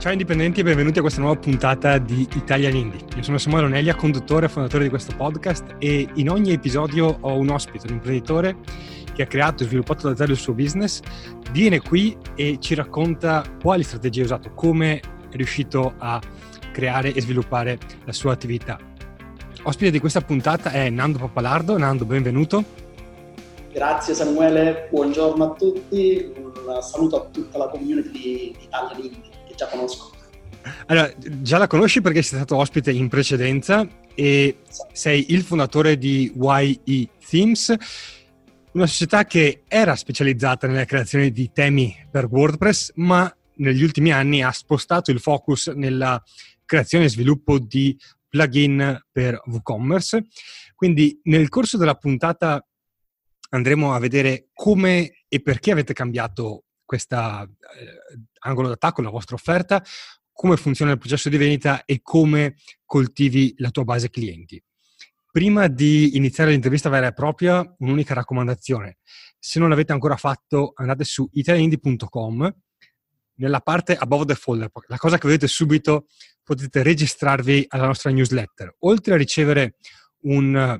Ciao indipendenti e benvenuti a questa nuova puntata di Italian Indie. Io sono Samuele Onelia, conduttore e fondatore di questo podcast, e in ogni episodio ho un ospite, un imprenditore che ha creato e sviluppato da zero il suo business, viene qui e ci racconta quali strategie ha usato, come è riuscito a creare e sviluppare la sua attività. Ospite di questa puntata è Nando Pappalardo. Nando, benvenuto. Grazie Samuele, buongiorno a tutti, un saluto a tutta la community di Italian Indie. Già conosco. Allora, già la conosci perché sei stato ospite in precedenza e sei il fondatore di YE Themes, una società che era specializzata nella creazione di temi per WordPress, ma negli ultimi anni ha spostato il focus nella creazione e sviluppo di plugin per WooCommerce. Quindi nel corso della puntata andremo a vedere come e perché avete cambiato questa angolo d'attacco, la vostra offerta, come funziona il processo di vendita e come coltivi la tua base clienti. Prima di iniziare l'intervista vera e propria, un'unica raccomandazione: se non l'avete ancora fatto, andate su italianindie.com, nella parte above the folder, la cosa che vedete subito, potete registrarvi alla nostra newsletter. Oltre a ricevere un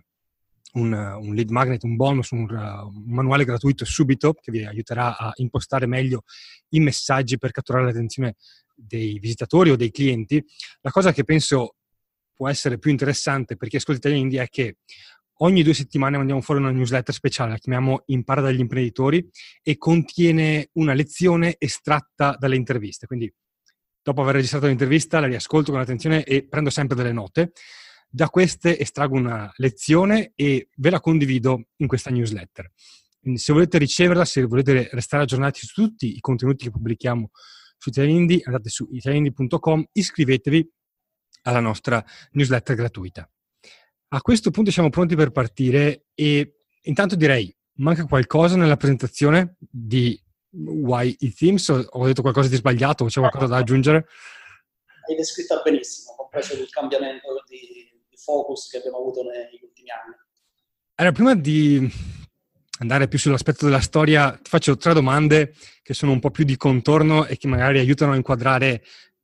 lead magnet, un bonus, un manuale gratuito subito che vi aiuterà a impostare meglio i messaggi per catturare l'attenzione dei visitatori o dei clienti, la cosa che penso può essere più interessante per chi ascolta Italian Indie è che ogni 2 settimane mandiamo fuori una newsletter speciale, la chiamiamo Impara dagli imprenditori, e contiene una lezione estratta dalle interviste. Quindi dopo aver registrato l'intervista la riascolto con attenzione e prendo sempre delle note. Da queste estraggo una lezione e ve la condivido in questa newsletter. Quindi se volete riceverla, se volete restare aggiornati su tutti i contenuti che pubblichiamo su Italian Indie, andate su italianindie.com, iscrivetevi alla nostra newsletter gratuita. A questo punto siamo pronti per partire e intanto direi, manca qualcosa nella presentazione di YE Themes? Ho detto qualcosa di sbagliato o c'è qualcosa da aggiungere? Hai descritto benissimo, compreso il cambiamento di focus che abbiamo avuto negli ultimi anni. Allora, prima di andare più sull'aspetto della storia, ti faccio 3 domande che sono un po' più di contorno e che magari aiutano a inquadrare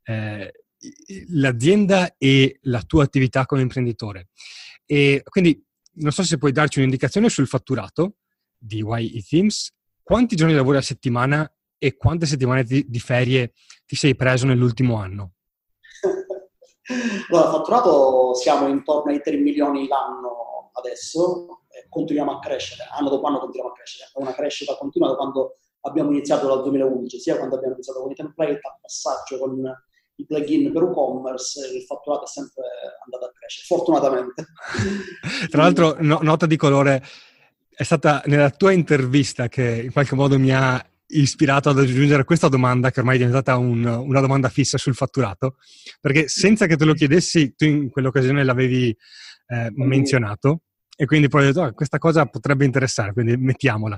l'azienda e la tua attività come imprenditore. E quindi non so se puoi darci un'indicazione sul fatturato di YE Themes, quanti giorni lavori a settimana e quante settimane di ferie ti sei preso nell'ultimo anno? Allora, fatturato siamo intorno ai 3 milioni l'anno adesso, continuiamo a crescere, anno dopo anno continuiamo a crescere, è una crescita continua da quando abbiamo iniziato dal 2011, sia quando abbiamo iniziato con i template, a passaggio con i plugin per WooCommerce, il fatturato è sempre andato a crescere, fortunatamente. Tra l'altro, nota di colore, è stata nella tua intervista che in qualche modo mi ha ispirato ad aggiungere questa domanda, che ormai è diventata una domanda fissa sul fatturato, perché senza che te lo chiedessi, tu in quell'occasione l'avevi menzionato, e quindi poi ho detto, questa cosa potrebbe interessare, quindi mettiamola.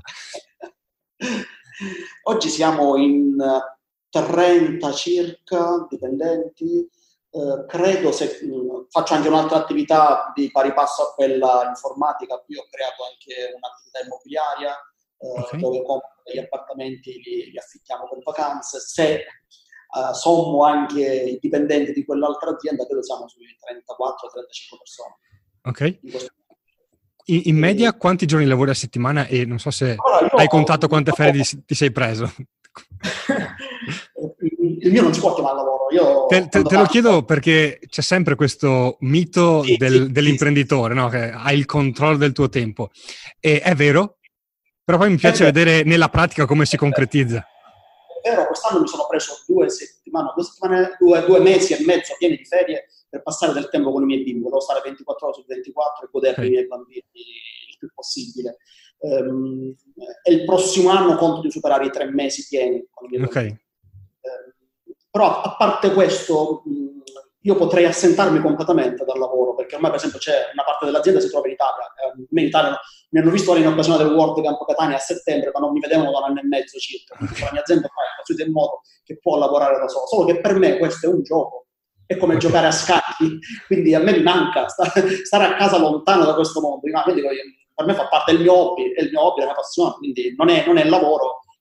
Oggi siamo in 30 circa dipendenti, credo, se faccio anche un'altra attività di pari passo a quella informatica. Qui ho creato anche un'attività immobiliaria, dove compro degli appartamenti, li affittiamo per vacanze. Se sommo anche i dipendenti di quell'altra azienda, credo siamo sui 34-35 persone. Ok. In media quanti giorni lavori a settimana e non so se hai contato quante ferie ti sei preso? Il mio non si può chiamare lavoro. Te lo chiedo perché c'è sempre questo mito dell'imprenditore, no? Che hai il controllo del tuo tempo. E è vero, però poi mi piace vedere nella pratica come si concretizza. È vero, quest'anno mi sono preso 2 mesi e mezzo pieni di ferie per passare del tempo con i miei bimbi. Volevo stare 24 ore su 24 e godermi i miei bambini il più possibile. E il prossimo anno conto di superare i 3 mesi pieni con i miei bambini. Però a parte questo, io potrei assentarmi completamente dal lavoro, perché ormai per esempio c'è una parte dell'azienda che si trova in Italia. Me in Italia mi hanno visto in occasione del World Campo Catania a settembre, ma non mi vedevano da 1 anno e mezzo circa. Quindi la mia azienda ormai è costruita in modo che può lavorare da solo, solo che per me questo è un gioco. È come giocare a scacchi, quindi a me mi manca stare a casa lontano da questo mondo. Quindi per me fa parte del mio hobby, è il mio hobby, è la mia passione, quindi non è lavoro,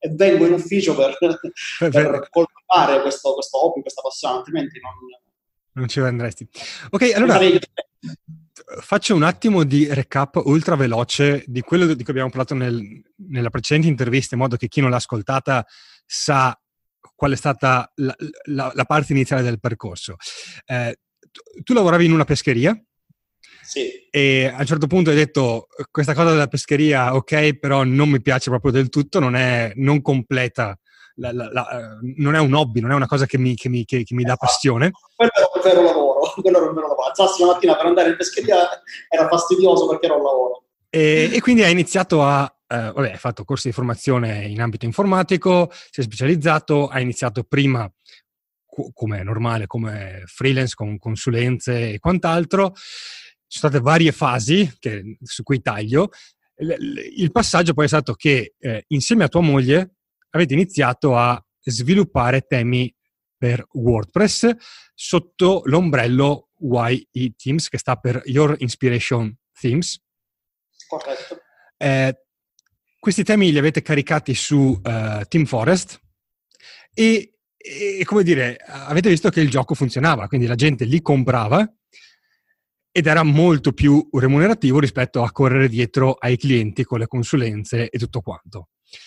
e vengo in ufficio per coltivare questo hobby, questa passione, altrimenti non ci andresti. Ok, allora faccio un attimo di recap ultra veloce di quello di cui abbiamo parlato nella precedente intervista, in modo che chi non l'ha ascoltata sa qual è stata la parte iniziale del percorso. Tu lavoravi in una pescheria? Sì. E a un certo punto hai detto questa cosa della pescheria, ok, però non mi piace proprio del tutto, non completa, non è un hobby, non è una cosa che mi dà passione. Quello era un vero lavoro, alzarsi la mattina per andare in pescheria era fastidioso perché era un lavoro. E quindi hai iniziato hai fatto corsi di formazione in ambito informatico, sei specializzato, hai iniziato prima come normale, come freelance, con consulenze e quant'altro. Ci sono state varie fasi su cui taglio. Il passaggio poi è stato che insieme a tua moglie avete iniziato a sviluppare temi per WordPress sotto l'ombrello YE Themes, che sta per Your Inspiration Themes. Corretto. Questi temi li avete caricati su TeamForest e come dire, avete visto che il gioco funzionava, quindi la gente li comprava ed era molto più remunerativo rispetto a correre dietro ai clienti con le consulenze e tutto quanto.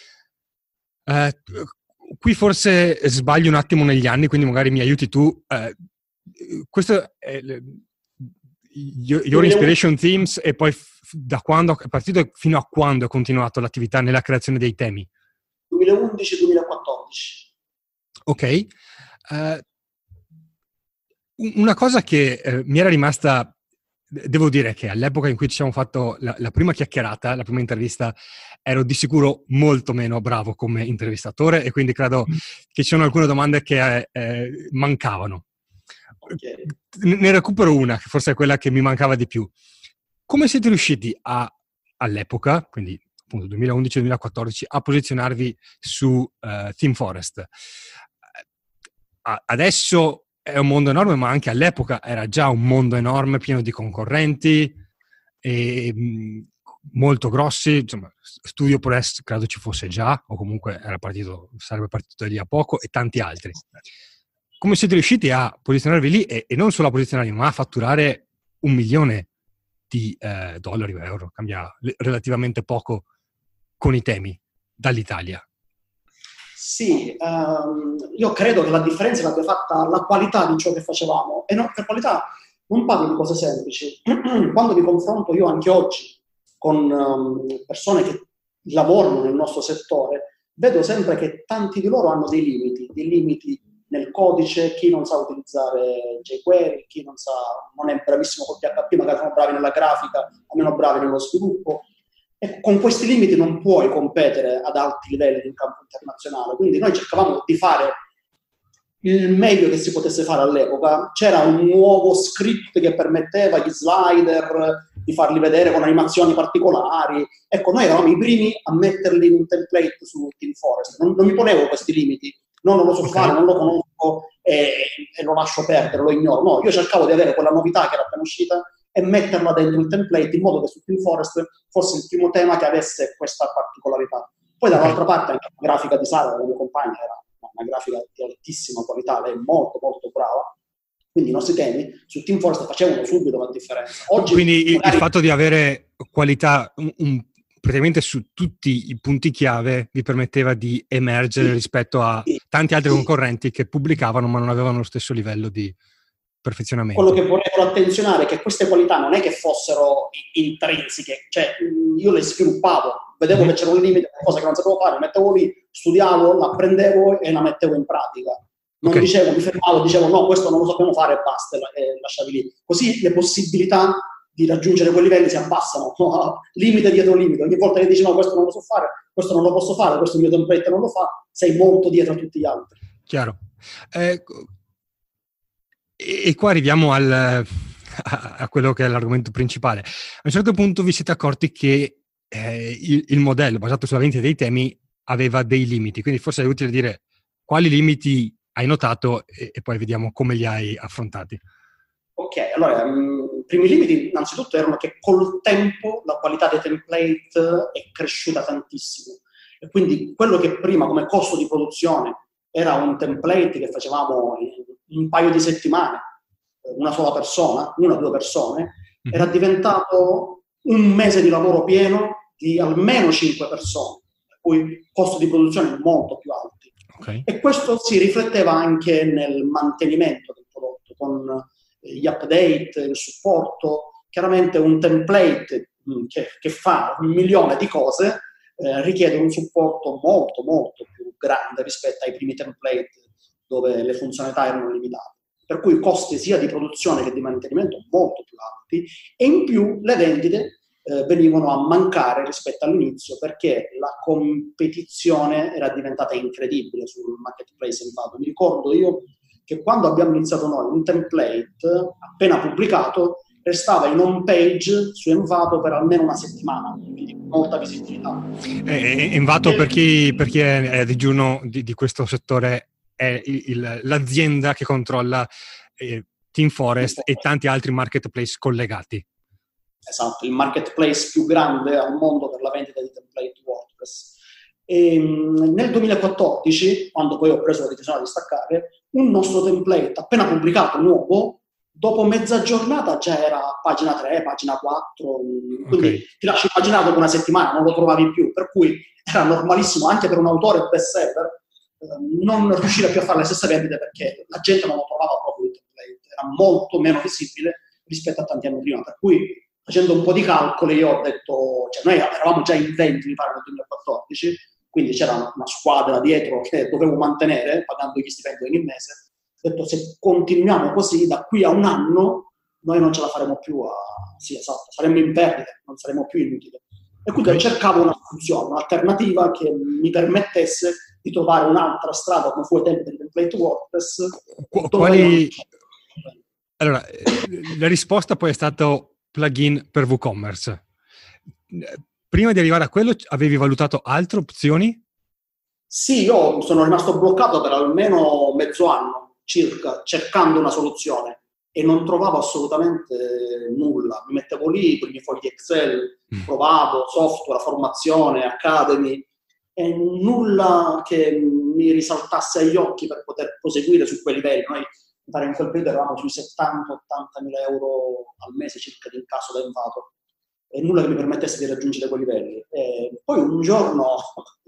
Qui forse sbaglio un attimo negli anni, quindi magari mi aiuti tu. Questo è Your Inspiration Themes, e poi da quando è partito fino a quando è continuato l'attività nella creazione dei temi? 2011-2014. Ok. Una cosa che mi era rimasta, devo dire che all'epoca in cui ci siamo fatto la prima chiacchierata, la prima intervista, ero di sicuro molto meno bravo come intervistatore, e quindi credo che ci sono alcune domande che mancavano. Okay. Ne recupero una, che forse è quella che mi mancava di più. Come siete riusciti all'epoca, quindi appunto 2011-2014, a posizionarvi su TeamForest? Adesso è un mondo enorme, ma anche all'epoca era già un mondo enorme, pieno di concorrenti e molto grossi. Insomma, StudioPress credo ci fosse già, o comunque sarebbe partito lì a poco, e tanti altri. Come siete riusciti a posizionarvi lì e non solo a posizionarvi, ma a fatturare 1 milione di dollari o euro, cambia relativamente poco, con i temi dall'Italia? Sì, io credo che la differenza l'abbia fatta la qualità di ciò che facevamo. E per qualità non parlo di cose semplici. Quando mi confronto io anche oggi con persone che lavorano nel nostro settore, vedo sempre che tanti di loro hanno dei limiti nel codice, chi non sa utilizzare jQuery, chi non è bravissimo con PHP, magari sono bravi nella grafica, almeno bravi nello sviluppo. E con questi limiti non puoi competere ad alti livelli in campo internazionale. Quindi noi cercavamo di fare il meglio che si potesse fare all'epoca. C'era un nuovo script che permetteva gli slider di farli vedere con animazioni particolari. Ecco, noi eravamo i primi a metterli in un template su TeamForest. Non mi ponevo questi limiti. Non lo so fare, non lo conosco e lo lascio perdere, lo ignoro. No, io cercavo di avere quella novità che era appena uscita e metterla dentro il template in modo che su TeamForest fosse il primo tema che avesse questa particolarità. Poi dall'altra parte anche la grafica di Sara, la mia compagna, era una grafica di altissima qualità, lei è molto molto brava, quindi i nostri temi su TeamForest facevano subito la differenza. Oggi, quindi magari il fatto di avere qualità praticamente su tutti i punti chiave vi permetteva di emergere rispetto a tanti altri concorrenti che pubblicavano ma non avevano lo stesso livello di perfezionamento. Quello che volevo attenzionare è che queste qualità non è che fossero intrinseche, cioè io le sviluppavo, vedevo che c'era un limite, qualcosa che non sapevo fare, la mettevo lì, studiavo, la apprendevo e la mettevo in pratica. Non dicevo, mi fermavo, dicevo no, questo non lo sappiamo fare e basta, e lasciavi lì. Così le possibilità di raggiungere quei livelli si abbassano, limite dietro limite. Ogni volta che dici no, questo non lo so fare, questo non lo posso fare, questo il mio template non lo fa, sei molto dietro a tutti gli altri. Chiaro. E qua arriviamo a quello che è l'argomento principale. A un certo punto vi siete accorti che il modello basato sulla vendita dei temi aveva dei limiti, quindi forse è utile dire quali limiti hai notato e poi vediamo come li hai affrontati. Ok, allora, i primi limiti innanzitutto erano che col tempo la qualità dei template è cresciuta tantissimo. Quindi quello che prima come costo di produzione era un template che facevamo in un paio di settimane, una sola persona, una o due persone, era diventato un mese di lavoro pieno di almeno 5 persone, per cui costo di produzione molto più alti. Okay. E questo si rifletteva anche nel mantenimento del prodotto, con gli update, il supporto. Chiaramente un template che fa 1.000.000 di cose richiede un supporto molto, molto più grande rispetto ai primi template dove le funzionalità erano limitate. Per cui costi sia di produzione che di mantenimento molto più alti, e in più le vendite venivano a mancare rispetto all'inizio, perché la competizione era diventata incredibile sul marketplace Envato. Mi ricordo io che quando abbiamo iniziato noi, un template appena pubblicato restava in home page su Envato per almeno una settimana, quindi molta visibilità. Envato, per chi è digiuno di questo settore, è l'azienda che controlla TeamForest e tanti altri marketplace collegati. Esatto, il marketplace più grande al mondo per la vendita di template WordPress. E nel 2014, quando poi ho preso la decisione di staccare, un nostro template appena pubblicato, nuovo, dopo mezza giornata già era pagina 3, pagina 4, quindi ti lascio immaginare dopo una settimana non lo trovavi più, per cui era normalissimo anche per un autore bestseller non riuscire più a fare le stesse vendite, perché la gente non lo trovava proprio il template, era molto meno visibile rispetto a tanti anni prima, per cui facendo un po' di calcoli io ho detto, cioè noi eravamo già in 20 mi pare nel 2014, quindi c'era una squadra dietro che dovevo mantenere pagando gli stipendi ogni mese. Ho detto, se continuiamo così da qui a un anno noi non ce la faremo più sì, esatto, saremmo in perdita, non saremo più inutili. E quindi cercavo una soluzione, un'alternativa che mi permettesse di trovare un'altra strada, come fu ai tempi del template WordPress. Allora, la risposta poi è stata plugin per WooCommerce. Prima di arrivare a quello, avevi valutato altre opzioni? Sì, io sono rimasto bloccato per almeno mezzo anno circa, cercando una soluzione, e non trovavo assolutamente nulla. Mi mettevo lì con i miei fogli Excel, provavo software, formazione, Academy, e nulla che mi risaltasse agli occhi per poter proseguire su quei livelli. Noi mi pare in quel periodo eravamo sui 70-80 mila euro al mese circa di incasso da Envato, e nulla che mi permettesse di raggiungere quei livelli. E poi un giorno,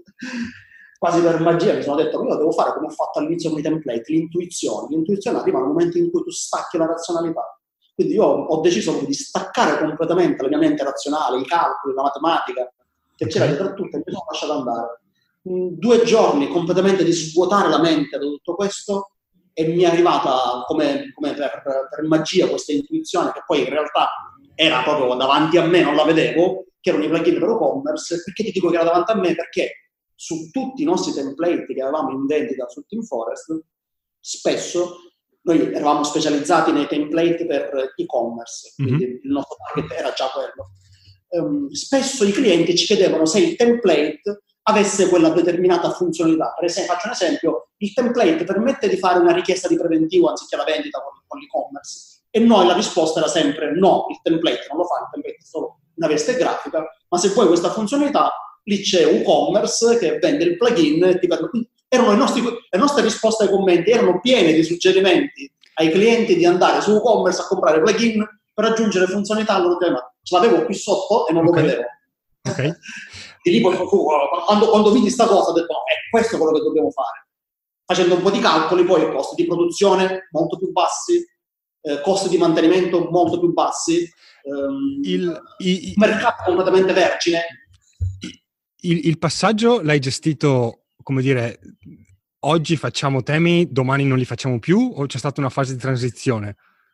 quasi per magia, mi sono detto, io devo fare come ho fatto all'inizio con i template, l'intuizione. L'intuizione arriva nel momento in cui tu stacchi la razionalità. Quindi io ho deciso di staccare completamente la mia mente razionale, i calcoli, la matematica, che c'era dietro a tutto, e mi sono lasciato andare. 2 giorni completamente di svuotare la mente da tutto questo, e mi è arrivata come per magia questa intuizione, che poi in realtà era proprio davanti a me, non la vedevo, che erano i plugin per WooCommerce. Perché ti dico che era davanti a me? Perché su tutti i nostri template che avevamo in vendita su TeamForest, spesso noi eravamo specializzati nei template per e-commerce, quindi il nostro target era già quello. Spesso i clienti ci chiedevano se il template avesse quella determinata funzionalità. Per esempio, faccio un esempio, il template permette di fare una richiesta di preventivo anziché la vendita con l'e-commerce, e noi la risposta era sempre no, il template non lo fa, il template è solo una veste grafica, ma se vuoi questa funzionalità, lì c'è WooCommerce che vende il plugin e ti permette. Le nostre risposte ai commenti erano piene di suggerimenti ai clienti di andare su WooCommerce a comprare plugin per aggiungere funzionalità al loro tema. Ce l'avevo qui sotto e non lo vedevo. Okay. E lì quando vidi sta cosa ho detto, no, è questo quello che dobbiamo fare. Facendo un po' di calcoli, poi costi di produzione molto più bassi, costi di mantenimento molto più bassi, il mercato completamente vergine. Il passaggio l'hai gestito, come dire, oggi facciamo temi, domani non li facciamo più, o c'è stata una fase di transizione?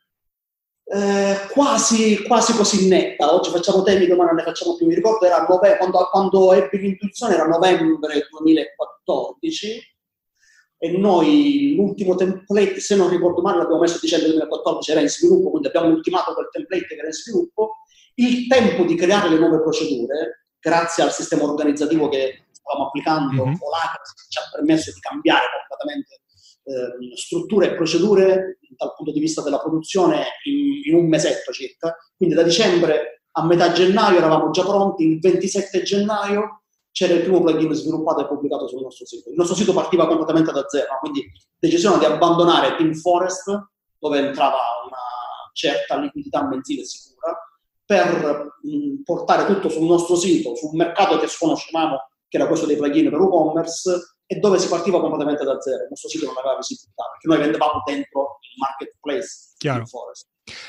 Quasi così netta. Oggi facciamo temi, domani non ne facciamo più. Mi ricordo era quando ebbi l'intuizione era novembre 2014, e noi l'ultimo template, se non ricordo male, l'abbiamo messo a dicembre 2014, era in sviluppo, quindi abbiamo ultimato quel template che era in sviluppo. Il tempo di creare le nuove procedure, grazie al sistema organizzativo che stavamo applicando, Olac, ci ha permesso di cambiare completamente strutture e procedure dal punto di vista della produzione in un mesetto circa. Quindi da dicembre a metà gennaio eravamo già pronti, il 27 gennaio c'era il primo plugin sviluppato e pubblicato sul nostro sito. Il nostro sito partiva completamente da zero, quindi decisione di abbandonare TeamForest, dove entrava una certa liquidità mensile sicura, per portare tutto sul nostro sito, su un mercato che sconoscevamo, che era questo dei plugin per WooCommerce, e dove si partiva completamente da zero. Il nostro sito non aveva visibilità, perché noi vendevamo dentro il marketplace di TeamForest.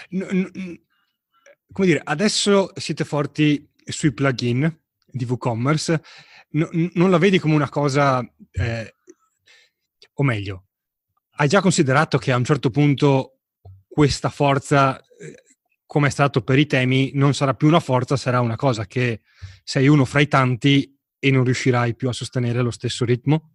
Come dire, adesso siete forti sui plugin di WooCommerce, non la vedi come una cosa, o meglio, hai già considerato che a un certo punto questa forza, come è stato per i temi, non sarà più una forza, sarà una cosa che sei uno fra i tanti e non riuscirai più a sostenere lo stesso ritmo?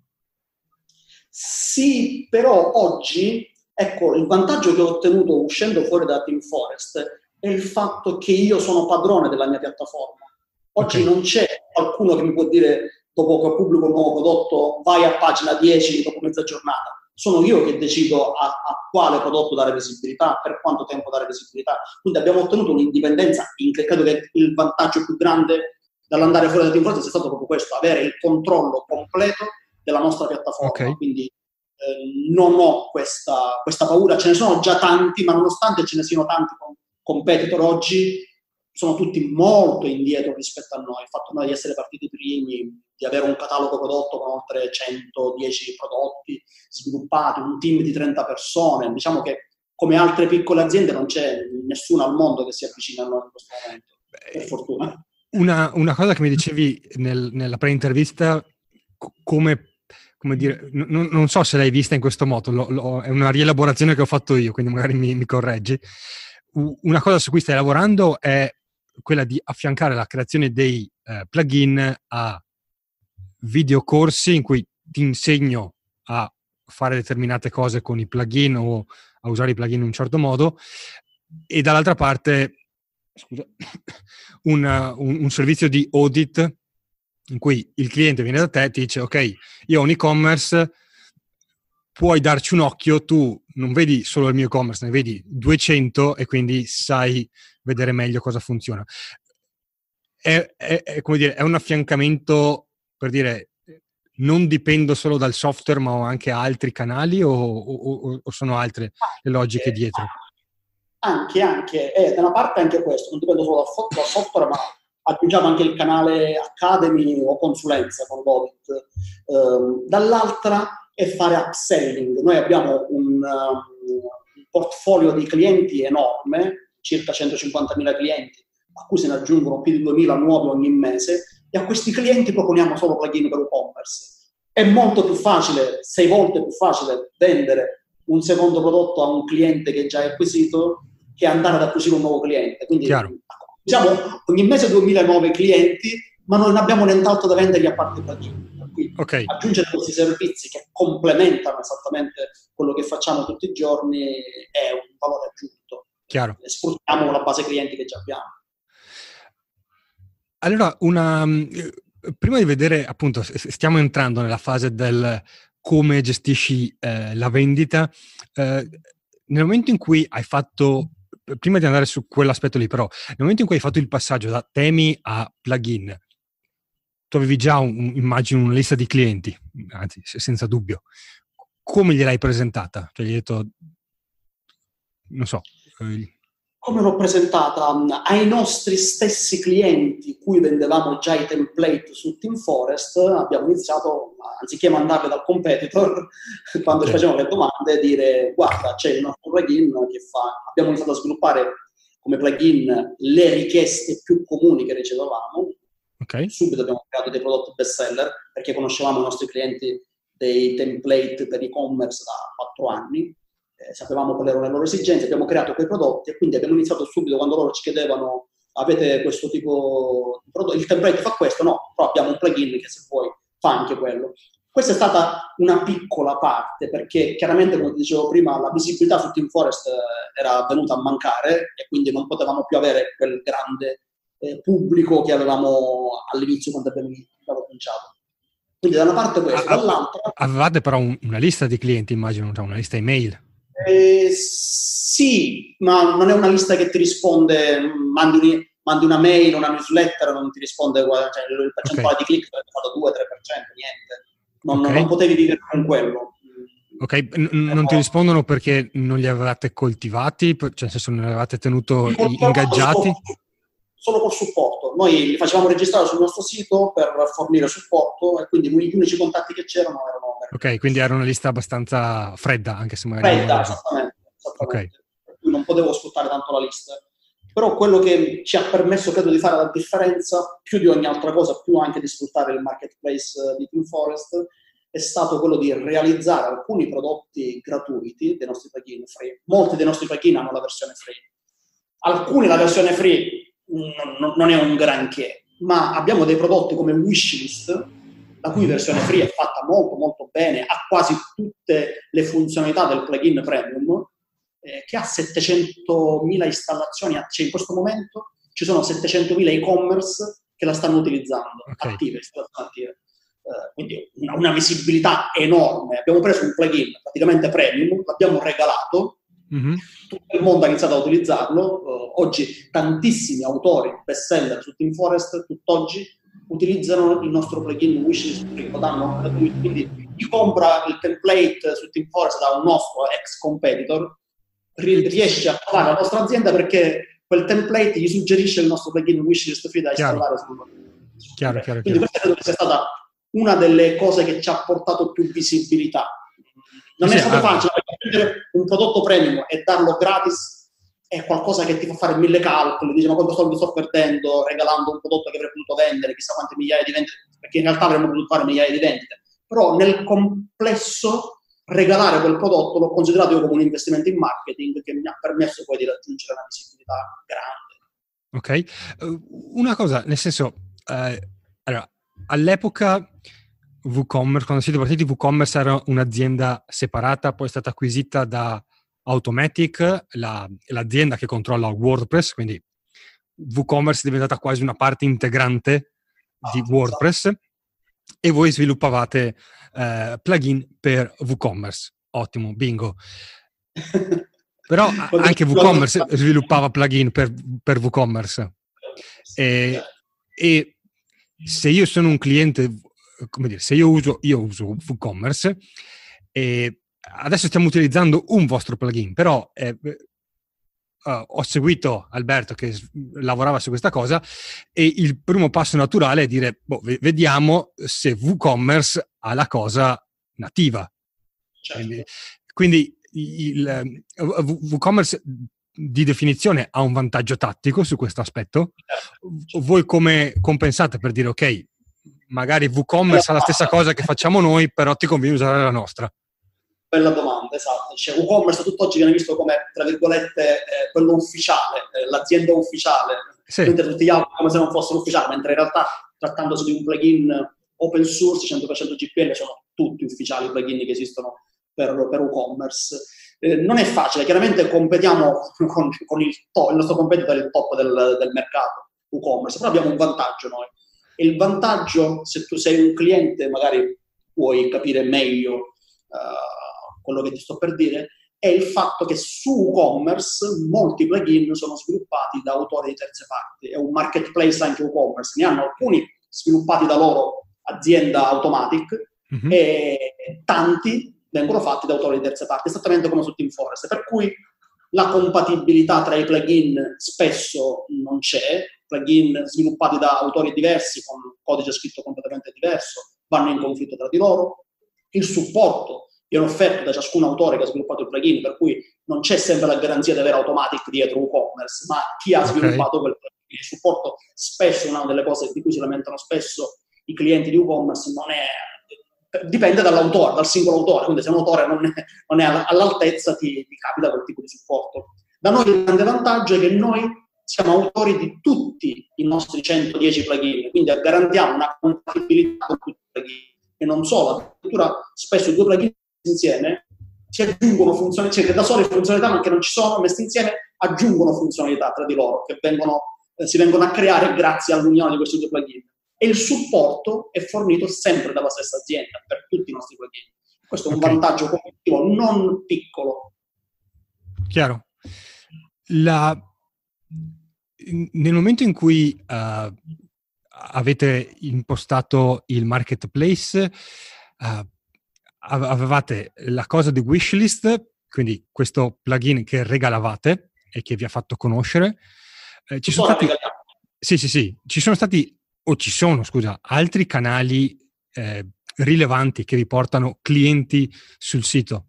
Sì, però oggi, ecco, il vantaggio che ho ottenuto uscendo fuori da TeamForest è il fatto che io sono padrone della mia piattaforma. Oggi non c'è qualcuno che mi può dire, dopo che pubblico un nuovo prodotto, vai a pagina 10 dopo mezza giornata. Sono io che decido a quale prodotto dare visibilità, per quanto tempo dare visibilità. Quindi abbiamo ottenuto un'indipendenza, credo che il vantaggio più grande dall'andare fuori da TeamForest è stato proprio questo, avere il controllo completo della nostra piattaforma. Quindi non ho questa paura, ce ne sono già tanti, ma nonostante ce ne siano tanti competitor oggi, sono tutti molto indietro rispetto a noi. Il fatto noi di essere partiti primi, di avere un catalogo prodotto con oltre 110 prodotti sviluppati, un team di 30 persone, diciamo che come altre piccole aziende non c'è nessuno al mondo che si avvicina a noi in questo momento, per fortuna. Una cosa che mi dicevi nella pre-intervista, come dire, non so se l'hai vista in questo modo, è una rielaborazione che ho fatto io, quindi magari mi correggi. Una cosa su cui stai lavorando è quella di affiancare la creazione dei plugin a videocorsi in cui ti insegno a fare determinate cose con i plugin o a usare i plugin in un certo modo, e dall'altra parte un servizio di audit in cui il cliente viene da te e ti dice: ok, io ho un e-commerce, puoi darci un occhio, tu non vedi solo il mio e-commerce, ne vedi 200 e quindi sai vedere meglio cosa funziona. È come dire, è un affiancamento, per dire, non dipendo solo dal software, ma ho anche altri canali o sono altre le logiche dietro? Anche, da una parte anche questo, non dipendo solo dal software, ma aggiungiamo anche il canale Academy o consulenza con l'Audit. Dall'altra è fare upselling. Noi abbiamo un portfolio di clienti enorme, circa 150.000 clienti, a cui se ne aggiungono più di 2.000 nuovi ogni mese, e a questi clienti proponiamo solo plugin per WooCommerce. È molto più facile, 6 volte più facile, vendere un secondo prodotto a un cliente che già è acquisito che andare ad acquisire un nuovo cliente. Quindi diciamo ogni mese 2.000 nuovi clienti, ma non abbiamo nient'altro da vendergli a parte i plugin. Aggiungere questi servizi che complementano esattamente quello che facciamo tutti i giorni è un valore aggiunto. Chiaro. Sfruttiamo la base clienti che già abbiamo. Allora, prima di vedere, appunto, stiamo entrando nella fase del come gestisci la vendita. Nel momento in cui hai fatto, prima di andare su quell'aspetto lì, però, nel momento in cui hai fatto il passaggio da temi a plugin, tu avevi già immagino una lista di clienti, anzi senza dubbio. Come gliel'hai presentata? Cioè gli hai detto, non so. Come l'ho presentata? Ai nostri stessi clienti cui vendevamo già i template su TeamForest, abbiamo iniziato, anziché mandarle dal competitor, quando ci facevano le domande, dire: guarda, c'è il nostro plugin che fa. Abbiamo iniziato a sviluppare come plugin le richieste più comuni che ricevevamo. Subito abbiamo creato dei prodotti bestseller, perché conoscevamo i nostri clienti dei template per e-commerce da 4 anni. Sapevamo quali erano le loro esigenze, abbiamo creato quei prodotti e quindi abbiamo iniziato subito, quando loro ci chiedevano: avete questo tipo di prodotto, il template fa questo? No, però abbiamo un plugin che se vuoi fa anche quello. Questa è stata una piccola parte, perché chiaramente, come ti dicevo prima, la visibilità su TeamForest era venuta a mancare e quindi non potevamo più avere quel grande pubblico che avevamo all'inizio quando abbiamo cominciato. Quindi da una parte questo, dall'altra... Avevate però una lista di clienti, immagino, una lista email. Sì, ma non è una lista che ti risponde, mandi mandi una mail, una newsletter, non ti risponde, cioè il percentuale di click è stato 2-3%, niente. Non potevi vivere con quello. Ok, non ti rispondono perché non li avevate coltivati, cioè nel senso non li avevate tenuto ingaggiati? Solo col supporto. Noi li facevamo registrare sul nostro sito per fornire supporto e quindi gli unici contatti che c'erano erano... Ok, quindi era una lista abbastanza fredda, anche se magari... Fredda, esattamente. Okay. Per cui non potevo sfruttare tanto la lista. Però quello che ci ha permesso, credo, di fare la differenza, più di ogni altra cosa, più anche di sfruttare il marketplace di TeamForest, è stato quello di realizzare alcuni prodotti gratuiti dei nostri plugin free. Molti dei nostri plugin hanno la versione free. Alcuni la versione free non è un granché, ma abbiamo dei prodotti come Wishlist, la cui versione free è fatta molto molto bene, ha quasi tutte le funzionalità del plugin premium, che ha 700.000 installazioni, cioè in questo momento ci sono 700.000 e-commerce che la stanno utilizzando, attive. Quindi una visibilità enorme. Abbiamo preso un plugin praticamente premium, l'abbiamo regalato, tutto il mondo ha iniziato a utilizzarlo. Oggi tantissimi autori bestseller su TeamForest tutt'oggi utilizzano il nostro plugin Wishlist, lo danno gratuito, quindi chi compra il template su TeamForest da un nostro ex competitor riesce a trovare la nostra azienda perché quel template gli suggerisce il nostro plugin Wishlist free da installare Chiaro. Quindi questa credo che sia stata una delle cose che ci ha portato più visibilità. Non è stato facile, perché prendere un prodotto premium e darlo gratis è qualcosa che ti fa fare 1000 calcoli, dici ma quanto soldi sto perdendo regalando un prodotto che avrei potuto vendere, chissà quante migliaia di vendite, perché in realtà avremmo potuto fare migliaia di vendite. Però nel complesso regalare quel prodotto l'ho considerato io come un investimento in marketing che mi ha permesso poi di raggiungere una visibilità grande. Ok, una cosa, nel senso, allora, all'epoca WooCommerce, quando siete partiti, WooCommerce era un'azienda separata, poi è stata acquisita da Automatic, l'azienda che controlla WordPress, quindi WooCommerce è diventata quasi una parte integrante di WordPress, e voi sviluppavate plugin per WooCommerce. Ottimo, bingo. Però anche WooCommerce sviluppava plugin per WooCommerce. E se io sono un cliente, come dire, se io uso WooCommerce, e adesso stiamo utilizzando un vostro plugin, però ho seguito Alberto che lavorava su questa cosa e il primo passo naturale è dire, vediamo se WooCommerce ha la cosa nativa. Certo. Quindi WooCommerce di definizione ha un vantaggio tattico su questo aspetto. Voi come compensate per dire ok, magari WooCommerce ha la stessa cosa che facciamo noi, però ti conviene usare la nostra? Bella domanda, esatto. Cioè, WooCommerce tutt'oggi viene visto come, tra virgolette, quello ufficiale, l'azienda ufficiale, mentre tutti gli altri come se non fossero ufficiali, mentre in realtà, trattandosi di un plugin open source, 100% GPL, sono tutti ufficiali i plugin che esistono per WooCommerce. Non è facile, chiaramente competiamo con il nostro competitor è il top del mercato, WooCommerce, però abbiamo un vantaggio noi. E il vantaggio, se tu sei un cliente, magari puoi capire meglio quello che ti sto per dire, è il fatto che su WooCommerce molti plugin sono sviluppati da autori di terze parti. È un marketplace anche WooCommerce, ne hanno alcuni sviluppati da loro azienda Automatic e tanti vengono fatti da autori di terze parti, esattamente come su TeamForest, per cui la compatibilità tra i plugin spesso non c'è, plugin sviluppati da autori diversi con codice scritto completamente diverso vanno in conflitto tra di loro, il supporto viene offerto da ciascun autore che ha sviluppato il plugin, per cui non c'è sempre la garanzia di avere Automatic dietro WooCommerce, ma chi ha sviluppato quel plugin. Il supporto spesso è una delle cose di cui si lamentano spesso i clienti di WooCommerce, non è... dipende dall'autore, dal singolo autore, quindi se un autore non è all'altezza ti capita quel tipo di supporto. Da noi il grande vantaggio è che noi siamo autori di tutti i nostri 110 plugin, quindi garantiamo una compatibilità con tutti i plugin. E non solo, addirittura spesso i due plugin insieme si aggiungono funzionalità, cioè che da sole funzionalità ma che non ci sono, messe insieme aggiungono funzionalità tra di loro, che si vengono a creare grazie all'unione di questi due plugin. E il supporto è fornito sempre dalla stessa azienda per tutti i nostri plugin. Questo è un vantaggio competitivo non piccolo. Chiaro. nel momento in cui avete impostato il marketplace, avevate la cosa di wishlist, quindi questo plugin che regalavate e che vi ha fatto conoscere. Ci sono stati... Sì, ci sono stati, o ci sono, scusa, altri canali rilevanti che vi portano clienti sul sito?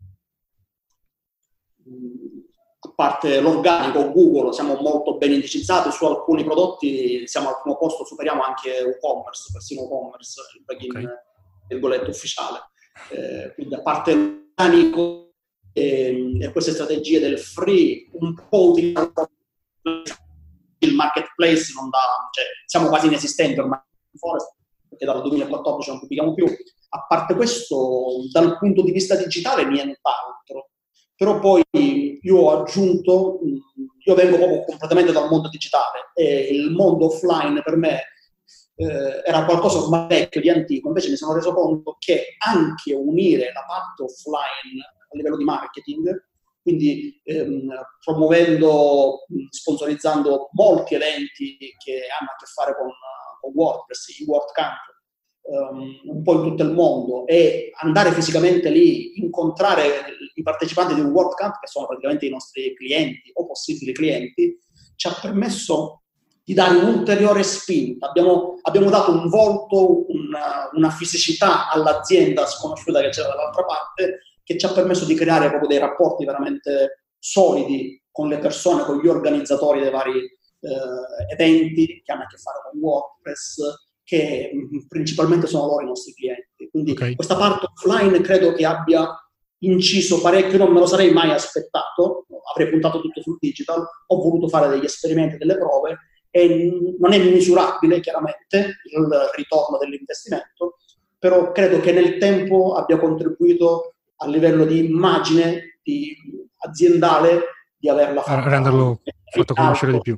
A parte l'organico, Google, siamo molto ben indicizzati su alcuni prodotti, siamo al primo posto, superiamo anche WooCommerce, persino WooCommerce, il plugin, virgolette, ufficiale. Quindi a parte l'organico e queste strategie del free, un po' utilizzato il marketplace non dà, cioè siamo quasi inesistenti ormai in Forest, perché dal 2014 non pubblichiamo più. A parte questo, dal punto di vista digitale, nient'altro. Però poi io ho aggiunto, io vengo proprio completamente dal mondo digitale e il mondo offline per me era qualcosa ormai vecchio, di antico. Invece mi sono reso conto che anche unire la parte offline a livello di marketing, quindi promuovendo, sponsorizzando molti eventi che hanno a che fare con WordPress, i WordCamp, un po' in tutto il mondo, e andare fisicamente lì, incontrare i partecipanti di un WordCamp, che sono praticamente i nostri clienti o possibili clienti, ci ha permesso di dare un'ulteriore spinta. Abbiamo dato un volto, una fisicità all'azienda sconosciuta che c'era dall'altra parte, che ci ha permesso di creare proprio dei rapporti veramente solidi con le persone, con gli organizzatori dei vari eventi che hanno a che fare con WordPress, che principalmente sono loro i nostri clienti. Quindi questa parte offline credo che abbia inciso parecchio, non me lo sarei mai aspettato, avrei puntato tutto sul digital, ho voluto fare degli esperimenti, delle prove, e non è misurabile chiaramente il ritorno dell'investimento, però credo che nel tempo abbia contribuito a livello di immagine aziendale di averla fatta, renderlo fatto conoscere di più.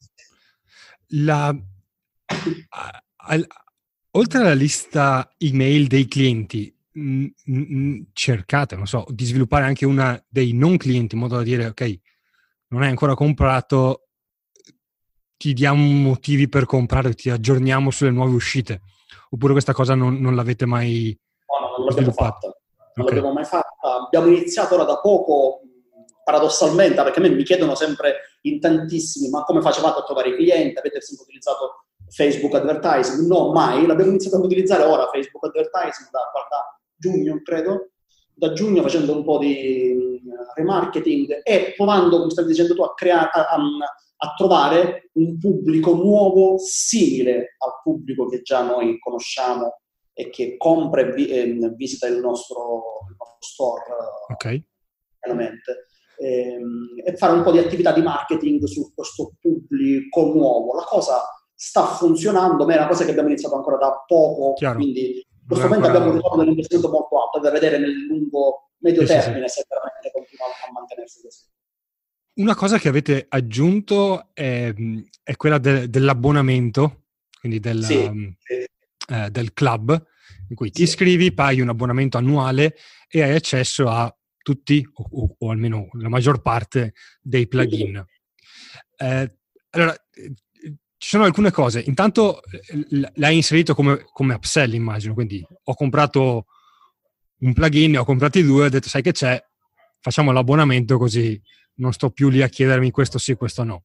Oltre alla lista email dei clienti, cercate, non so, di sviluppare anche una dei non clienti, in modo da dire, ok, non hai ancora comprato, ti diamo motivi per comprare, ti aggiorniamo sulle nuove uscite, oppure questa cosa non l'avete mai non l'abbiamo fatta. Non l'abbiamo mai fatta. Abbiamo iniziato ora da poco, paradossalmente, perché a me mi chiedono sempre in tantissimi, ma come facevate a trovare i clienti? Avete sempre utilizzato Facebook Advertising? No, mai. L'abbiamo iniziato ad utilizzare ora Facebook Advertising da giugno, credo. Da giugno, facendo un po' di remarketing e provando, come stavi dicendo tu, a trovare un pubblico nuovo simile al pubblico che già noi conosciamo e che compra e visita il nostro store. Veramente. E fare un po' di attività di marketing su questo pubblico nuovo. La cosa sta funzionando, ma è una cosa che abbiamo iniziato ancora da poco. Chiaro. Quindi in questo momento abbiamo un ritorno dell'investimento molto alto, da vedere nel lungo, medio termine se veramente continua a mantenersi così. Una cosa che avete aggiunto è quella dell'abbonamento, quindi del club, in cui ti iscrivi, paghi un abbonamento annuale e hai accesso a tutti, o almeno la maggior parte, dei plugin. Allora, ci sono alcune cose. Intanto l'hai inserito come upsell, immagino, quindi ho comprato un plugin, ne ho comprati 2, ho detto, sai che c'è, facciamo l'abbonamento così non sto più lì a chiedermi questo sì, questo no.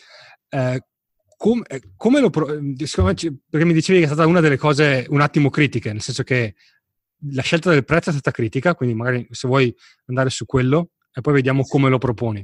Come perché mi dicevi che è stata una delle cose un attimo critiche, nel senso che la scelta del prezzo è stata critica, quindi magari se vuoi andare su quello e poi vediamo come lo proponi.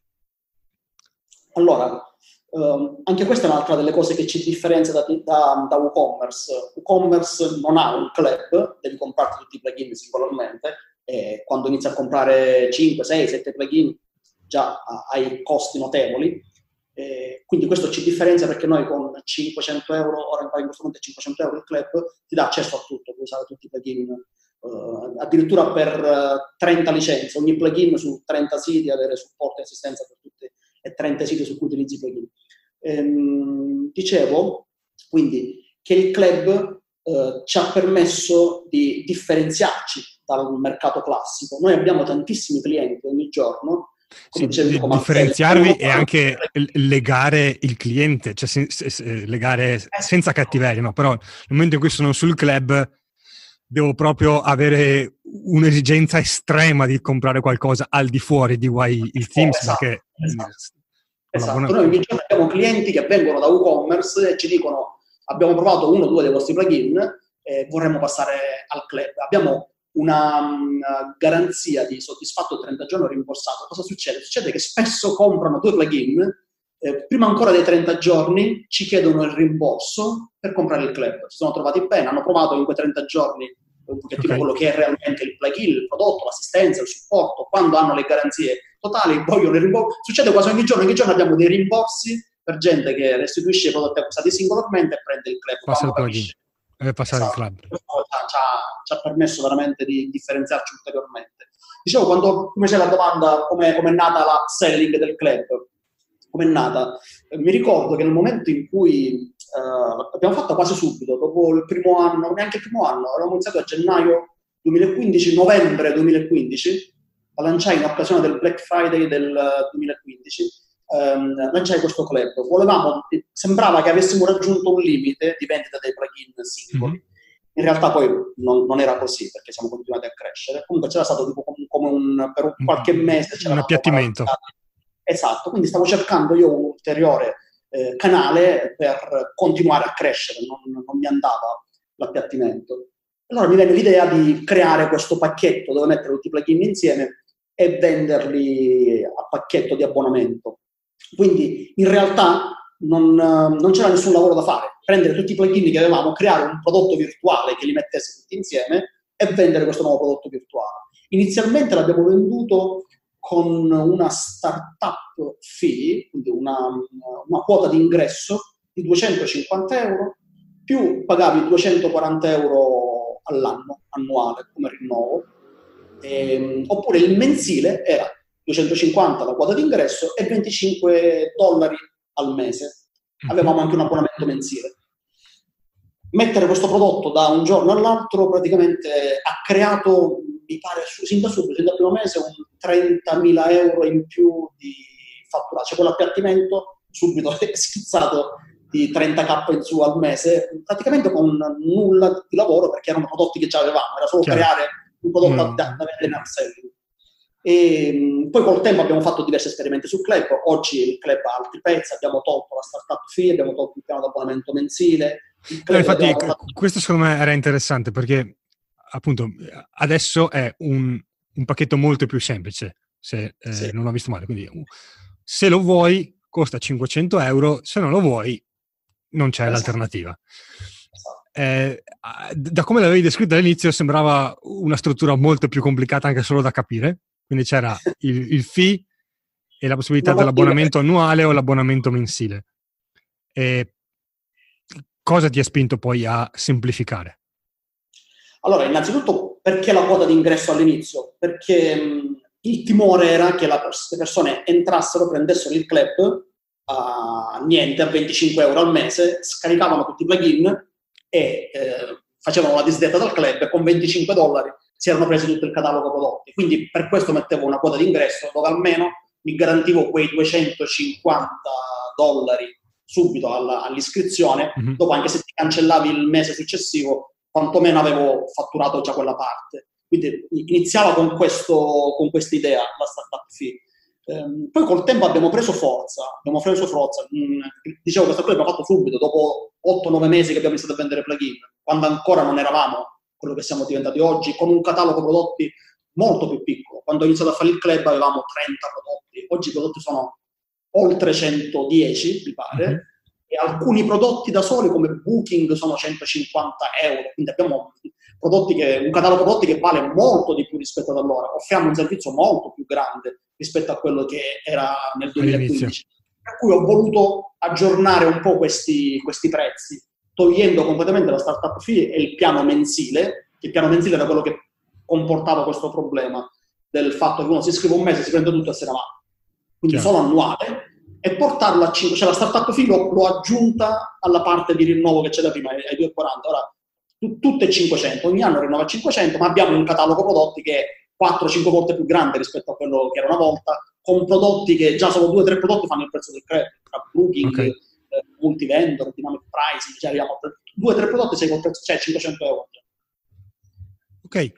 Allora, anche questa è un'altra delle cose che ci differenzia da WooCommerce. WooCommerce non ha un club, devi comprarti tutti i plugin singolarmente, e quando inizi a comprare 5, 6, 7 plugin già hai costi notevoli, quindi questo ci differenzia, perché noi con 500 euro, ora in questo momento è 500 euro il club, ti dà accesso a tutto, puoi usare tutti i plugin, addirittura per 30 licenze, ogni plugin su 30 siti, avere supporto e assistenza per tutti e 30 siti su cui utilizzi i plugin. Dicevo quindi che il club ci ha permesso di differenziarci dal mercato classico. Noi abbiamo tantissimi clienti ogni giorno come Sì, dicevi tu, differenziarvi e anche legare il cliente, cioè legare senza cattiveria, no? Però nel momento in cui sono sul club devo proprio avere un'esigenza estrema di comprare qualcosa al di fuori di YE Themes, esatto, perché esatto. Noi ogni giorno abbiamo clienti che vengono da WooCommerce e ci dicono: abbiamo provato uno o due dei vostri plugin e vorremmo passare al club. Abbiamo una garanzia di soddisfatto 30 giorni rimborsato. Cosa succede? Succede che spesso comprano 2 plugin, prima ancora dei 30 giorni ci chiedono il rimborso per comprare il club. Si sono trovati bene, hanno provato in quei 30 giorni un pochettino quello che è realmente il plugin, il prodotto, l'assistenza, il supporto. Quando hanno le garanzie totali vogliono il rimborso. Succede quasi ogni giorno abbiamo dei rimborsi per gente che restituisce i prodotti acquistati singolarmente e prende il club. Passa il plugin. Passare il club. Ci ha permesso veramente di differenziarci ulteriormente. Dicevo, quando mi c'è la domanda come è nata la selling del club, come è nata, mi ricordo che nel momento in cui l'abbiamo fatta quasi subito, dopo il primo anno, neanche il primo anno, avevamo iniziato a gennaio 2015, novembre 2015, a lanciare in occasione del Black Friday del 2015, lanciare questo club. Sembrava che avessimo raggiunto un limite di vendita dei plugin singoli. Mm-hmm. In realtà poi non era così, perché siamo continuati a crescere. Comunque c'era stato tipo come per qualche mese un appiattimento. Esatto, quindi stavo cercando io un ulteriore canale per continuare a crescere, non mi andava l'appiattimento. Allora mi venne l'idea di creare questo pacchetto dove mettere tutti i plugin insieme e venderli a pacchetto di abbonamento. Quindi in realtà non c'era nessun lavoro da fare. Prendere tutti i plugin che avevamo, creare un prodotto virtuale che li mettesse tutti insieme e vendere questo nuovo prodotto virtuale. Inizialmente l'abbiamo venduto con una startup fee, quindi una quota di ingresso di 250 euro, più pagavi 240 euro all'anno, annuale, come rinnovo, oppure il mensile era 250 la quota di ingresso e $25 al mese. Avevamo anche un abbonamento mensile. Mettere questo prodotto da un giorno all'altro praticamente ha creato, mi pare, sin dal primo mese, un 30.000 euro in più di fatturato. Cioè quell'appiattimento subito è schizzato di 30k in su al mese, praticamente con nulla di lavoro, perché erano prodotti che già avevamo, era solo creare un prodotto da vendere in upselling. E poi col tempo abbiamo fatto diversi esperimenti sul club. Oggi il club ha altri prezzi, abbiamo tolto la startup fee, abbiamo tolto il piano di abbonamento mensile. Infatti questo secondo me era interessante, perché appunto adesso è un pacchetto molto più semplice, se non ho visto male. Quindi se lo vuoi costa 500 euro, se non lo vuoi non c'è l'alternativa. Da come l'avevi descritta all'inizio sembrava una struttura molto più complicata anche solo da capire. Quindi c'era il fee e la possibilità dell'abbonamento annuale o l'abbonamento mensile. E cosa ti ha spinto poi a semplificare? Allora, innanzitutto, perché la quota di ingresso all'inizio? Perché il timore era che le persone entrassero, prendessero il club a 25 euro al mese, scaricavano tutti i plugin e facevano la disdetta dal club e con $25 si erano presi tutto il catalogo prodotti. Quindi per questo mettevo una quota di ingresso dove almeno mi garantivo quei $250 subito all'iscrizione. Mm-hmm. Dopo, anche se ti cancellavi il mese successivo, quantomeno avevo fatturato già quella parte. Quindi iniziava con questa idea la startup fee. Poi col tempo abbiamo preso forza. Dicevo, questo qui l'abbiamo fatto subito, dopo 8-9 mesi che abbiamo iniziato a vendere plugin, quando ancora non eravamo quello che siamo diventati oggi, con un catalogo prodotti molto più piccolo. Quando ho iniziato a fare il club avevamo 30 prodotti, oggi i prodotti sono oltre 110, mi pare, mm-hmm. E alcuni prodotti da soli come Booking sono 150 euro, quindi abbiamo un catalogo prodotti che vale molto di più rispetto ad allora. Offriamo un servizio molto più grande rispetto a quello che era nel 2015. Per cui ho voluto aggiornare un po' questi prezzi, togliendo completamente la startup fee e il piano mensile. Il piano mensile era quello che comportava questo problema del fatto che uno si iscrive un mese, si prende tutto e se ne va. Quindi solo annuale, e portarlo a 5. Cioè la startup fee l'ho aggiunta alla parte di rinnovo che c'era prima, ai 2,40. Ora tutte 500, ogni anno rinnova a 500, ma abbiamo un catalogo prodotti che è 4-5 volte più grande rispetto a quello che era una volta, con prodotti che già sono 2 o 3 prodotti fanno il prezzo del credito, tra Booking, multivendor, dynamic pricing, cioè arriviamo a 2 o 3 prodotti sei col prezzo, cioè 500 euro. Ok.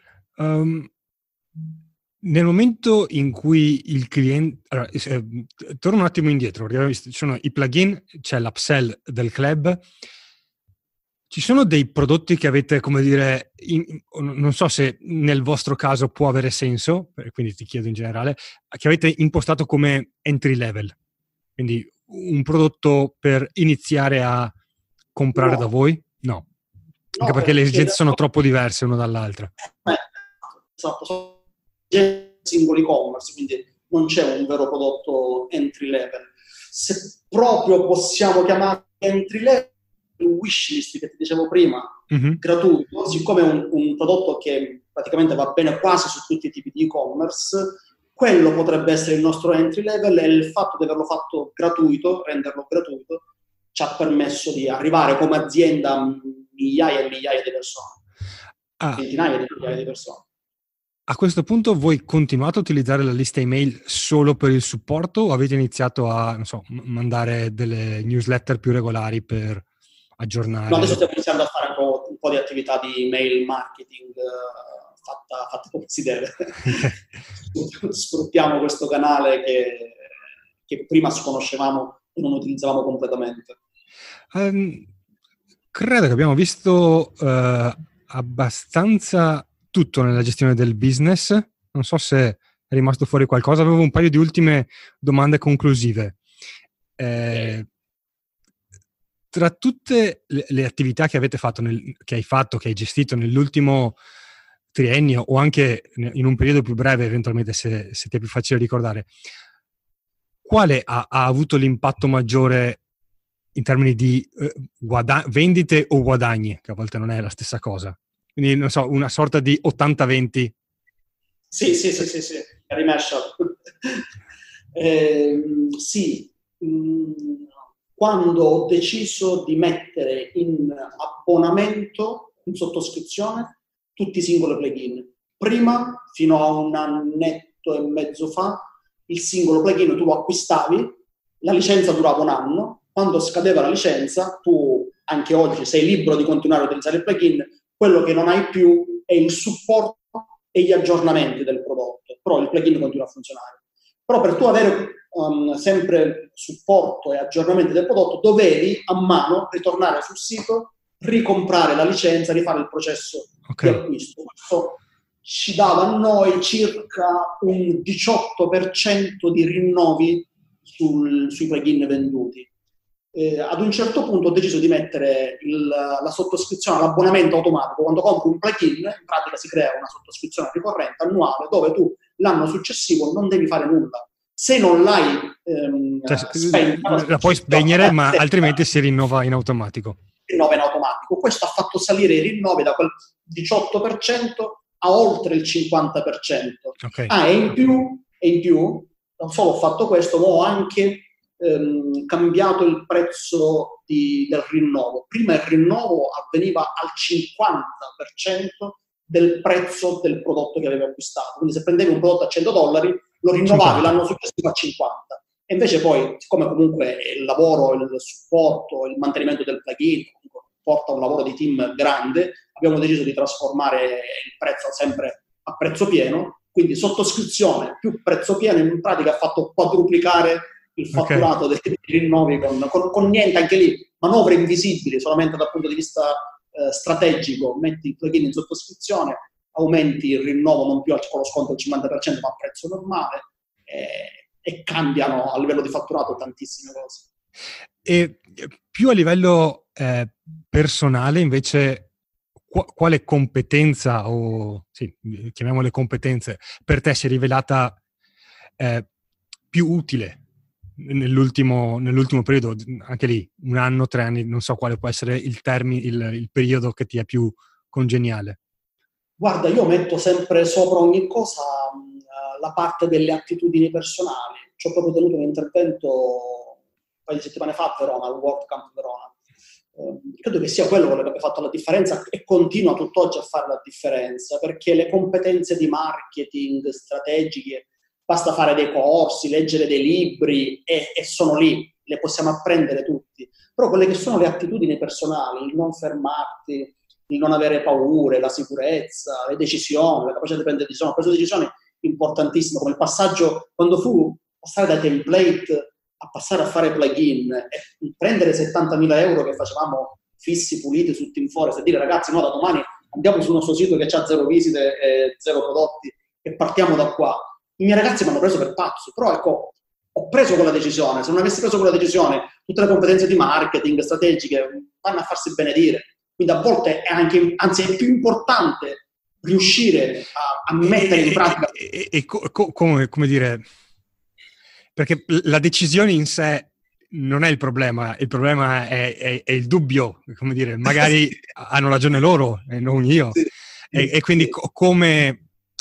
Nel momento in cui il cliente... Allora, torno un attimo indietro, perché ci sono i plugin, c'è l'upsell del club. Ci sono dei prodotti che avete, come dire, non so se nel vostro caso può avere senso, quindi ti chiedo in generale, che avete impostato come entry level, quindi un prodotto per iniziare a comprare da voi? No. Anche perché le esigenze sono troppo diverse una dall'altra. Esatto, sono singoli e-commerce, quindi non c'è un vero prodotto entry level. Se proprio possiamo chiamare entry level, il wishlist che ti dicevo prima, gratuito, siccome è un prodotto che praticamente va bene quasi su tutti i tipi di e-commerce, quello potrebbe essere il nostro entry level, e il fatto di averlo fatto gratuito, renderlo gratuito, ci ha permesso di arrivare come azienda a migliaia e migliaia di persone, centinaia di migliaia di persone. A questo punto voi continuate a utilizzare la lista email solo per il supporto o avete iniziato a, non so, mandare delle newsletter più regolari per aggiornare? No, adesso stiamo iniziando a fare un po' di attività di email marketing fatta come si deve. Sfruttiamo questo canale che prima sconoscevamo e non utilizzavamo completamente. Credo che abbiamo visto abbastanza tutto nella gestione del business. Non so se è rimasto fuori qualcosa. Avevo un paio di ultime domande conclusive. Tra tutte le attività che avete fatto, che hai gestito nell'ultimo triennio o anche in un periodo più breve, eventualmente se ti è più facile ricordare, quale ha avuto l'impatto maggiore in termini di vendite o guadagni, che a volte non è la stessa cosa? Quindi, non so, una sorta di 80-20. Sì, rimescia. Sì, quando ho deciso di mettere in abbonamento, in sottoscrizione, tutti i singoli plugin. Prima, fino a un annetto e mezzo fa, il singolo plugin tu lo acquistavi, la licenza durava un anno, quando scadeva la licenza, tu anche oggi sei libero di continuare a utilizzare il plugin, quello che non hai più è il supporto e gli aggiornamenti del prodotto, però il plugin continua a funzionare. Però per tu avere sempre supporto e aggiornamenti del prodotto, dovevi a mano ritornare sul sito, ricomprare la licenza, rifare il processo di acquisto. Questo ci dava a noi circa un 18% di rinnovi sui plugin venduti. Ad un certo punto ho deciso di mettere la sottoscrizione, l'abbonamento automatico. Quando compri un plugin, in pratica si crea una sottoscrizione ricorrente annuale dove tu l'anno successivo non devi fare nulla. Se non l'hai spenta, la puoi spegnere, ma altrimenti si rinnova in automatico. Rinnova in automatico. Questo ha fatto salire i rinnovi da quel 18% a oltre il 50%. E in più, non solo ho fatto questo, ma ho anche cambiato il prezzo del rinnovo. Prima il rinnovo avveniva al 50% del prezzo del prodotto che avevi acquistato. Quindi se prendevi un prodotto a $100, lo rinnovavi l'anno successivo a 50. E invece poi, siccome comunque il lavoro, il supporto, il mantenimento del plugin porta un lavoro di team grande, abbiamo deciso di trasformare il prezzo sempre a prezzo pieno. Quindi sottoscrizione più prezzo pieno in pratica ha fatto quadruplicare il fatturato dei rinnovi con niente, anche lì manovre invisibili solamente dal punto di vista strategico. Metti il plugin in sottoscrizione, aumenti il rinnovo non più con lo sconto del 50% ma a prezzo normale, e cambiano a livello di fatturato tantissime cose. E più a livello personale invece, quale competenza, o sì, chiamiamole competenze, per te si è rivelata più utile nell'ultimo periodo? Anche lì, 1 anno, 3 anni, non so quale può essere il periodo che ti è più congeniale. Guarda, io metto sempre sopra ogni cosa la parte delle attitudini personali. Ci ho proprio tenuto un intervento un paio di settimane fa a Verona, al World Camp Verona. Credo che sia quello che abbia fatto la differenza e continua tutt'oggi a fare la differenza, perché le competenze di marketing strategiche basta fare dei corsi, leggere dei libri e sono lì, le possiamo apprendere tutti. Però quelle che sono le attitudini personali, il non fermarti, il non avere paure, la sicurezza, le decisioni, la capacità di prendere decisioni, ho preso decisioni importantissime, come il passaggio, quando fu passare da template a passare a fare plugin e prendere 70.000 euro che facevamo fissi, puliti su Team Forest e dire ragazzi no, da domani andiamo sul nostro sito che ha 0 visite e 0 prodotti e partiamo da qua. I miei ragazzi mi hanno preso per pazzo, però ecco, ho preso quella decisione. Se non avessi preso quella decisione, tutte le competenze di marketing, strategiche, vanno a farsi benedire. Quindi a volte è anche, anzi è più importante riuscire a mettere in pratica. Come dire, perché la decisione in sé non è il problema è il dubbio, come dire, magari hanno ragione loro e non io. Sì. E quindi come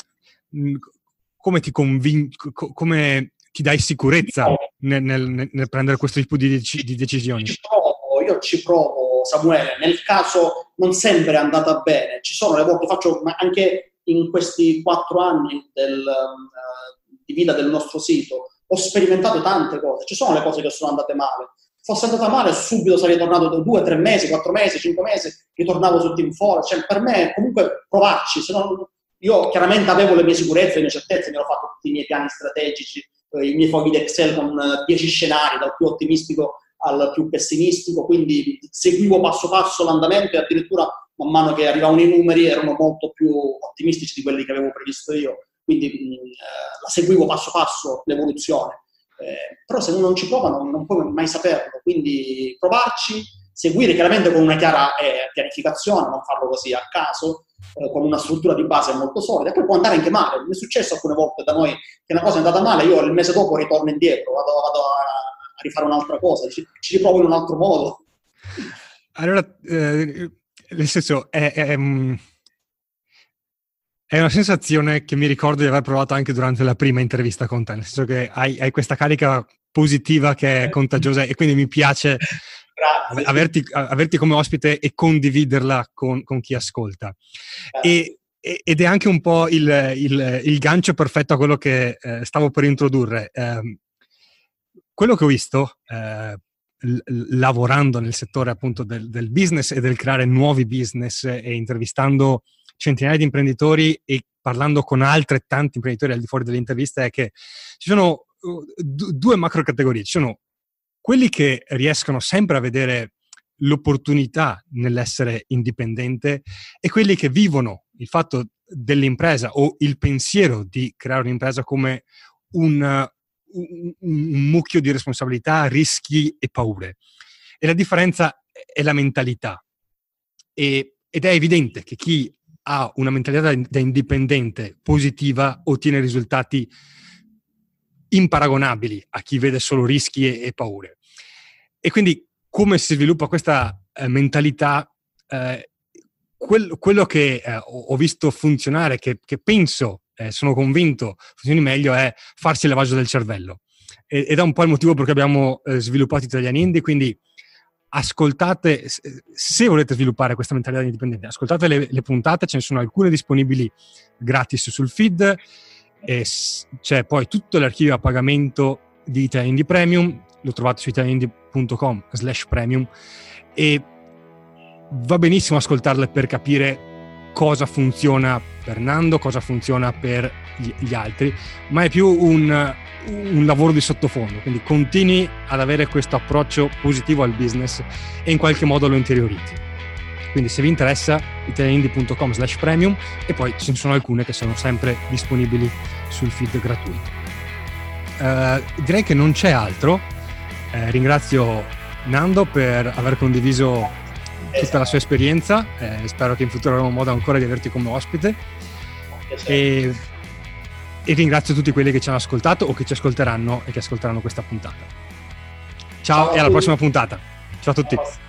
ti come ti dai sicurezza nel prendere questo tipo di decisioni? Io ci provo, Samuele. Nel caso non sempre è andata bene. Ci sono le volte, ma anche in questi 4 anni di vita del nostro sito, ho sperimentato tante cose. Ci sono le cose che sono andate male. Fosse andata male, subito sarei tornato dopo 2, 3 mesi, 4 mesi, 5 mesi, ritornavo su Team Forest. Cioè, per me comunque provarci. Se no, io chiaramente avevo le mie sicurezze, le mie certezze, mi ero fatto tutti i miei piani strategici, i miei fogli d'Excel con 10 scenari, dal più ottimistico al più pessimistico, quindi seguivo passo passo l'andamento e addirittura man mano che arrivavano i numeri erano molto più ottimistici di quelli che avevo previsto io, quindi la seguivo passo passo l'evoluzione. Però se uno non ci prova non può mai saperlo, quindi provarci, seguire chiaramente con una chiara pianificazione, non farlo così a caso, con una struttura di base molto solida, e poi può andare anche male. Mi è successo alcune volte da noi che una cosa è andata male, io il mese dopo ritorno indietro, vado a rifare un'altra cosa, ci riprovo in un altro modo. Allora, nel senso, è una sensazione che mi ricordo di aver provato anche durante la prima intervista con te, nel senso che hai questa carica positiva che è contagiosa e quindi mi piace averti come ospite e condividerla con chi ascolta. Ed è anche un po' il gancio perfetto a quello che stavo per introdurre. Quello che ho visto lavorando nel settore appunto del business e del creare nuovi business e intervistando centinaia di imprenditori e parlando con altrettanti imprenditori al di fuori delle interviste è che ci sono due macro categorie. Ci sono quelli che riescono sempre a vedere l'opportunità nell'essere indipendente e quelli che vivono il fatto dell'impresa o il pensiero di creare un'impresa come un mucchio di responsabilità, rischi e paure. E la differenza è la mentalità. Ed è evidente che chi ha una mentalità da indipendente positiva ottiene risultati imparagonabili a chi vede solo rischi e paure. E quindi come si sviluppa questa mentalità? Quello che ho visto funzionare, che penso, sono convinto funzioni meglio, è farsi il lavaggio del cervello. Ed è un po' il motivo per cui abbiamo sviluppato Italian Indie, quindi ascoltate, se volete sviluppare questa mentalità indipendente, ascoltate le puntate, ce ne sono alcune disponibili gratis sul feed, e c'è poi tutto l'archivio a pagamento di Italian Indie Premium, lo trovate su italianindie.com/premium e va benissimo ascoltarle per capire cosa funziona per Nando, cosa funziona per gli altri, ma è più un lavoro di sottofondo, quindi continui ad avere questo approccio positivo al business e in qualche modo lo interiorizzi. Quindi se vi interessa, italianindie.com/premium, e poi ce ne sono alcune che sono sempre disponibili sul feed gratuito. Direi che non c'è altro. Ringrazio Nando per aver condiviso tutta la sua esperienza, spero che in futuro avremo modo ancora di averti come ospite e ringrazio tutti quelli che ci hanno ascoltato o che ci ascolteranno e che ascolteranno questa puntata. Ciao e alla prossima puntata. Ciao a tutti.